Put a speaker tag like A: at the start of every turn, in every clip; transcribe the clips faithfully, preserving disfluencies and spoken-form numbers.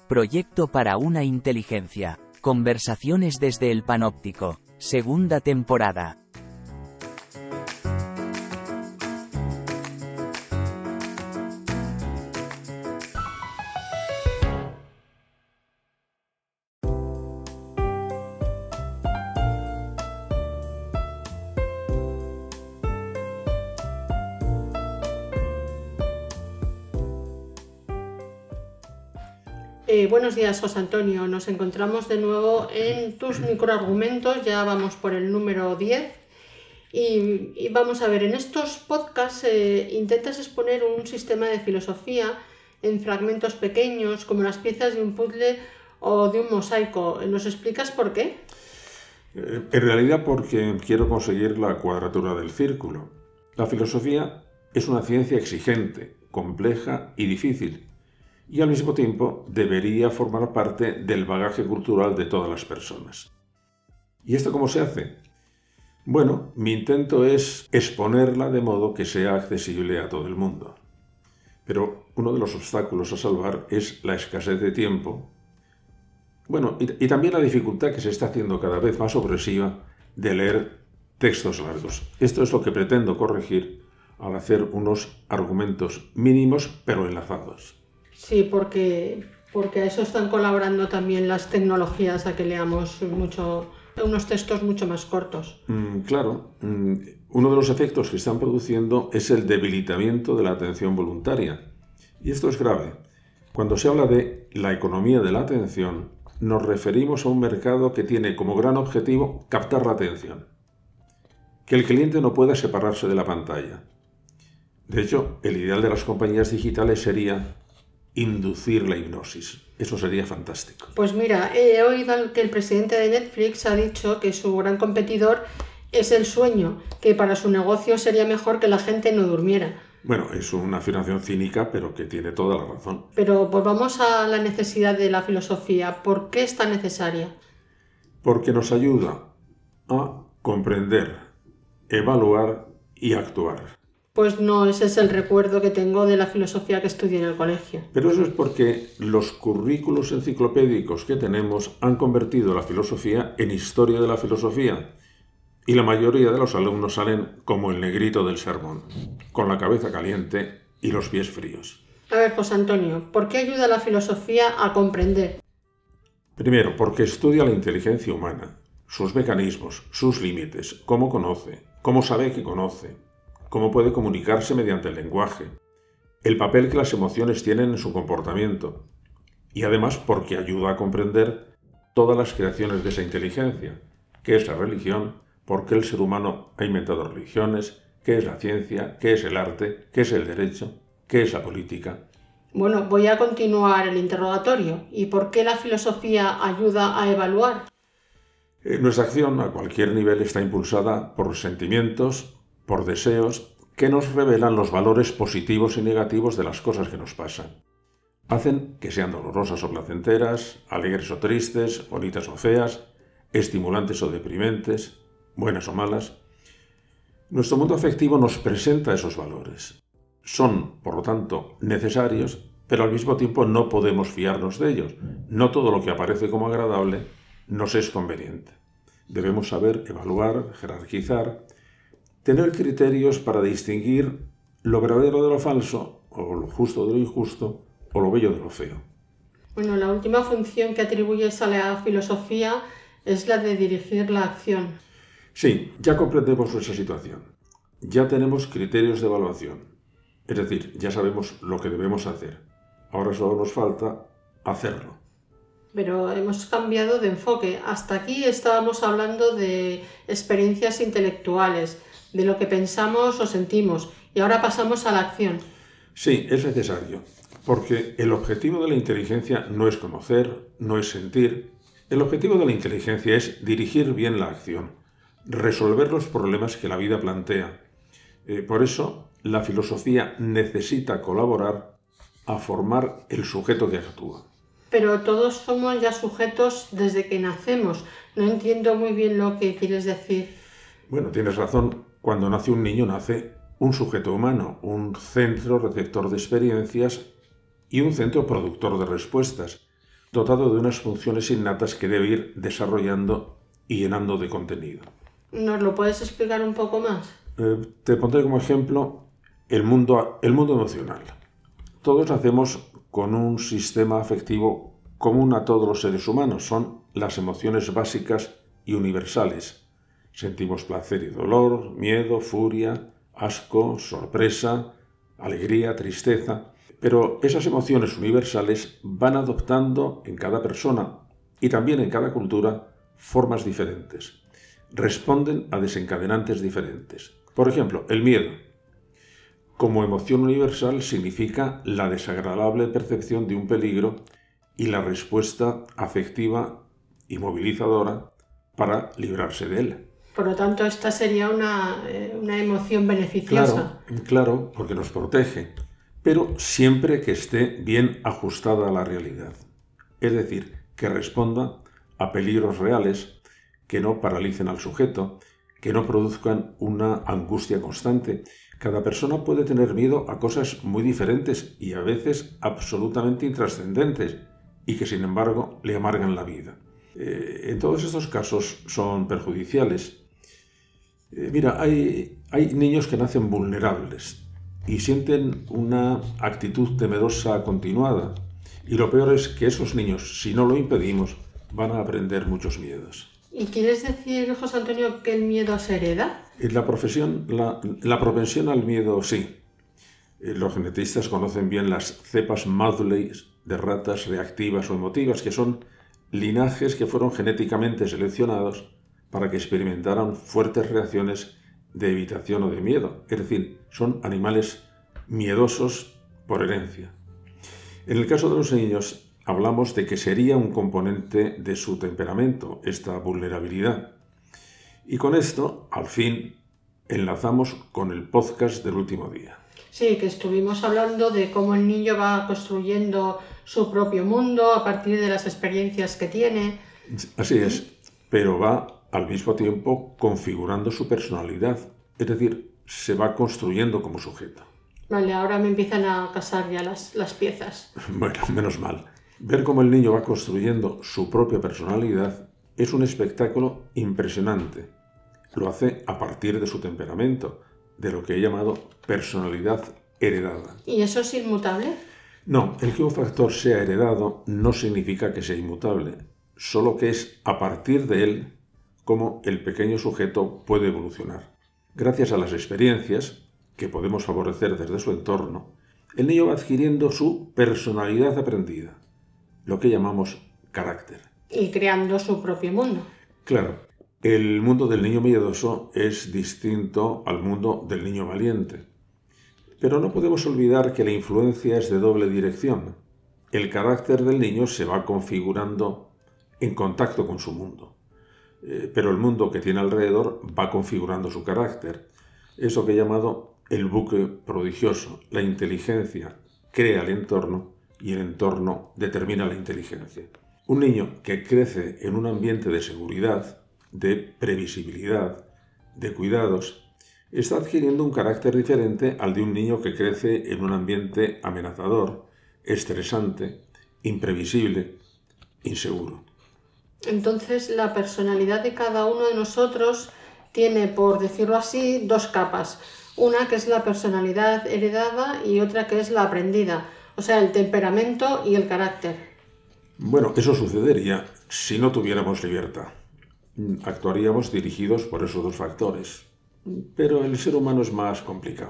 A: Proyecto para una inteligencia. Conversaciones desde el Panóptico. Segunda temporada.
B: Eh, buenos días, José Antonio. Nos encontramos de nuevo en tus microargumentos, ya vamos por el número diez. Y, y vamos a ver, en estos podcasts eh, intentas exponer un sistema de filosofía en fragmentos pequeños, como las piezas de un puzzle o de un mosaico. ¿Nos explicas por qué?
C: Eh, en realidad porque quiero conseguir la cuadratura del círculo. La filosofía es una ciencia exigente, compleja y difícil. Y al mismo tiempo debería formar parte del bagaje cultural de todas las personas. ¿Y esto cómo se hace? Bueno, mi intento es exponerla de modo que sea accesible a todo el mundo. Pero uno de los obstáculos a salvar es la escasez de tiempo. Bueno, y, y también la dificultad que se está haciendo cada vez más opresiva de leer textos largos. Esto es lo que pretendo corregir al hacer unos argumentos mínimos pero enlazados.
B: Sí, porque, porque a eso están colaborando también las tecnologías, a que leamos mucho, unos textos mucho más cortos.
C: Mm, claro, mm, uno de los efectos que están produciendo es el debilitamiento de la atención voluntaria. Y esto es grave. Cuando se habla de la economía de la atención, nos referimos a un mercado que tiene como gran objetivo captar la atención. Que el cliente no pueda separarse de la pantalla. De hecho, el ideal de las compañías digitales sería inducir la hipnosis. Eso sería fantástico.
B: Pues mira, he oído que el presidente de Netflix ha dicho que su gran competidor es el sueño, que para su negocio sería mejor que la gente no durmiera.
C: Bueno, es una afirmación cínica, pero que tiene toda la razón.
B: Pero volvamos a la necesidad de la filosofía. ¿Por qué es tan necesaria?
C: Porque nos ayuda a comprender, evaluar y actuar.
B: Pues no, ese es el recuerdo que tengo de la filosofía que estudié en el colegio.
C: Pero eso es porque los currículos enciclopédicos que tenemos han convertido la filosofía en historia de la filosofía. Y la mayoría de los alumnos salen como el negrito del sermón, con la cabeza caliente y los pies fríos.
B: A ver, José Antonio, ¿por qué ayuda la filosofía a comprender?
C: Primero, porque estudia la inteligencia humana, sus mecanismos, sus límites, cómo conoce, cómo sabe que conoce, cómo puede comunicarse mediante el lenguaje, el papel que las emociones tienen en su comportamiento, y además porque ayuda a comprender todas las creaciones de esa inteligencia, qué es la religión, por qué el ser humano ha inventado religiones, qué es la ciencia, qué es el arte, qué es el derecho, qué es la política.
B: Bueno, voy a continuar el interrogatorio. ¿Y por qué la filosofía ayuda a evaluar?
C: Eh, nuestra acción a cualquier nivel está impulsada por sentimientos, por deseos que nos revelan los valores positivos y negativos de las cosas que nos pasan. Hacen que sean dolorosas o placenteras, alegres o tristes, bonitas o feas, estimulantes o deprimentes, buenas o malas. Nuestro mundo afectivo nos presenta esos valores. Son, por lo tanto, necesarios, pero al mismo tiempo no podemos fiarnos de ellos. No todo lo que aparece como agradable nos es conveniente. Debemos saber evaluar, jerarquizar, tener criterios para distinguir lo verdadero de lo falso, o lo justo de lo injusto, o lo bello de lo feo.
B: Bueno, la última función que atribuyes a la filosofía es la de dirigir la acción.
C: Sí, ya comprendemos nuestra situación. Ya tenemos criterios de evaluación. Es decir, ya sabemos lo que debemos hacer. Ahora solo nos falta hacerlo.
B: Pero hemos cambiado de enfoque. Hasta aquí estábamos hablando de experiencias intelectuales, de lo que pensamos o sentimos, y ahora pasamos a la acción.
C: Sí, es necesario, porque el objetivo de la inteligencia no es conocer, no es sentir. El objetivo de la inteligencia es dirigir bien la acción, resolver los problemas que la vida plantea. Eh, por eso, la filosofía necesita colaborar a formar el sujeto que actúa.
B: Pero todos somos ya sujetos desde que nacemos. No entiendo muy bien lo que quieres decir.
C: Bueno, tienes razón. Cuando nace un niño, nace un sujeto humano, un centro receptor de experiencias y un centro productor de respuestas. dotado de unas funciones innatas que debe ir desarrollando y llenando de contenido.
B: ¿Nos lo puedes explicar un poco más?
C: Eh, te pondré como ejemplo el mundo, el mundo emocional. Todos nacemos con un sistema afectivo común a todos los seres humanos. Son las emociones básicas y universales. Sentimos placer y dolor, miedo, furia, asco, sorpresa, alegría, tristeza. Pero esas emociones universales van adoptando en cada persona y también en cada cultura formas diferentes. Responden a desencadenantes diferentes. Por ejemplo, el miedo, como emoción universal, significa la desagradable percepción de un peligro y la respuesta afectiva y movilizadora para librarse de él.
B: Por lo tanto, esta sería una, eh, una emoción beneficiosa.
C: Claro, claro, porque nos protege, pero siempre que esté bien ajustada a la realidad. Es decir, que responda a peligros reales, que no paralicen al sujeto, que no produzcan una angustia constante. Cada persona puede tener miedo a cosas muy diferentes y a veces absolutamente intrascendentes y que sin embargo le amargan la vida. Eh, en todos estos casos son perjudiciales. Eh, mira, hay, hay niños que nacen vulnerables y sienten una actitud temerosa continuada. Y lo peor es que esos niños, si no lo impedimos, van a aprender muchos miedos.
B: ¿Y quieres decir, José Antonio, que el miedo se hereda?
C: La, profesión, la, la propensión al miedo, sí. Los genetistas conocen bien las cepas Maudsley de ratas reactivas o emotivas, que son linajes que fueron genéticamente seleccionados para que experimentaran fuertes reacciones de evitación o de miedo. Es decir, son animales miedosos por herencia. En el caso de los niños, hablamos de que sería un componente de su temperamento, esta vulnerabilidad. Y con esto, al fin, enlazamos con el podcast del último día.
B: Sí, que estuvimos hablando de cómo el niño va construyendo su propio mundo a partir de las experiencias que tiene.
C: Así es, pero va al mismo tiempo configurando su personalidad, es decir, se va construyendo como sujeto.
B: Vale, ahora me empiezan a casar ya las, las piezas.
C: Bueno, menos mal. Ver cómo el niño va construyendo su propia personalidad es un espectáculo impresionante. Lo hace a partir de su temperamento, de lo que he llamado personalidad heredada.
B: ¿Y eso es inmutable?
C: No, el que un factor sea heredado no significa que sea inmutable, solo que es a partir de él cómo el pequeño sujeto puede evolucionar. Gracias a las experiencias que podemos favorecer desde su entorno, el niño va adquiriendo su personalidad aprendida, lo que llamamos carácter.
B: Y creando su propio mundo.
C: Claro, el mundo del niño miedoso es distinto al mundo del niño valiente. Pero no podemos olvidar que la influencia es de doble dirección. El carácter del niño se va configurando en contacto con su mundo. Eh, pero el mundo que tiene alrededor va configurando su carácter. Eso que he llamado el buque prodigioso. La inteligencia crea el entorno y el entorno determina la inteligencia. Un niño que crece en un ambiente de seguridad, de previsibilidad, de cuidados, está adquiriendo un carácter diferente al de un niño que crece en un ambiente amenazador, estresante, imprevisible, inseguro.
B: Entonces, la personalidad de cada uno de nosotros tiene, por decirlo así, dos capas. Una que es la personalidad heredada y otra que es la aprendida, o sea, el temperamento y el carácter.
C: Bueno, eso sucedería si no tuviéramos libertad. Actuaríamos dirigidos por esos dos factores. Pero el ser humano es más complicado.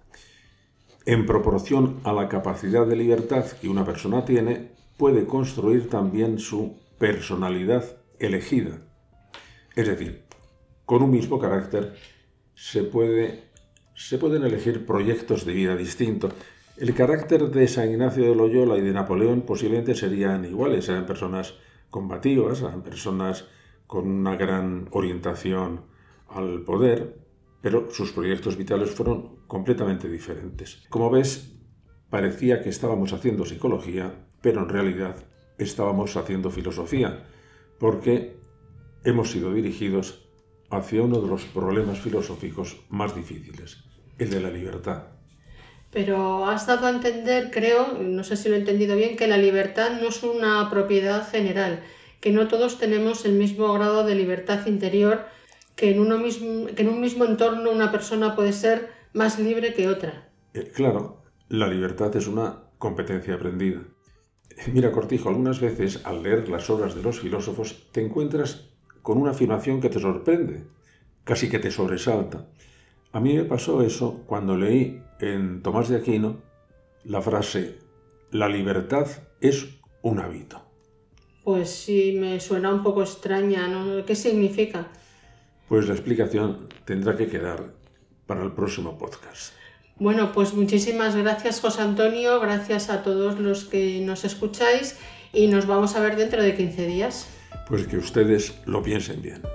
C: En proporción a la capacidad de libertad que una persona tiene, puede construir también su personalidad elegida. Es decir, con un mismo carácter se, puede, se pueden elegir proyectos de vida distintos. El carácter de San Ignacio de Loyola y de Napoleón posiblemente serían iguales, eran personas combativas, eran personas con una gran orientación al poder, pero sus proyectos vitales fueron completamente diferentes. Como ves, parecía que estábamos haciendo psicología, pero en realidad estábamos haciendo filosofía, porque hemos sido dirigidos hacia uno de los problemas filosóficos más difíciles, el de la libertad.
B: Pero has dado a entender, creo, no sé si lo he entendido bien, que la libertad no es una propiedad general, que no todos tenemos el mismo grado de libertad interior, que en, uno mismo, que en un mismo entorno una persona puede ser más libre que otra.
C: Eh, claro, la libertad es una competencia aprendida. Mira, Cortijo, algunas veces al leer las obras de los filósofos te encuentras con una afirmación que te sorprende, casi que te sobresalta. A mí me pasó eso cuando leí en Tomás de Aquino la frase «La libertad es un hábito».
B: Pues sí, me suena un poco extraña, ¿no? ¿Qué significa?
C: Pues la explicación tendrá que quedar para el próximo podcast.
B: Bueno, pues muchísimas gracias, José Antonio, gracias a todos los que nos escucháis y nos vamos a ver dentro de quince días.
C: Pues que ustedes lo piensen bien.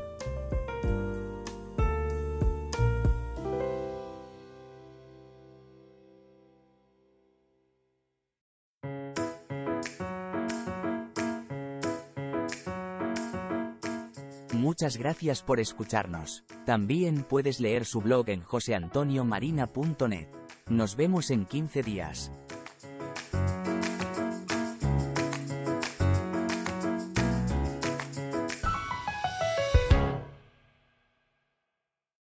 A: Muchas gracias por escucharnos. También puedes leer su blog en jose antonio marina punto net. Nos vemos en quince días.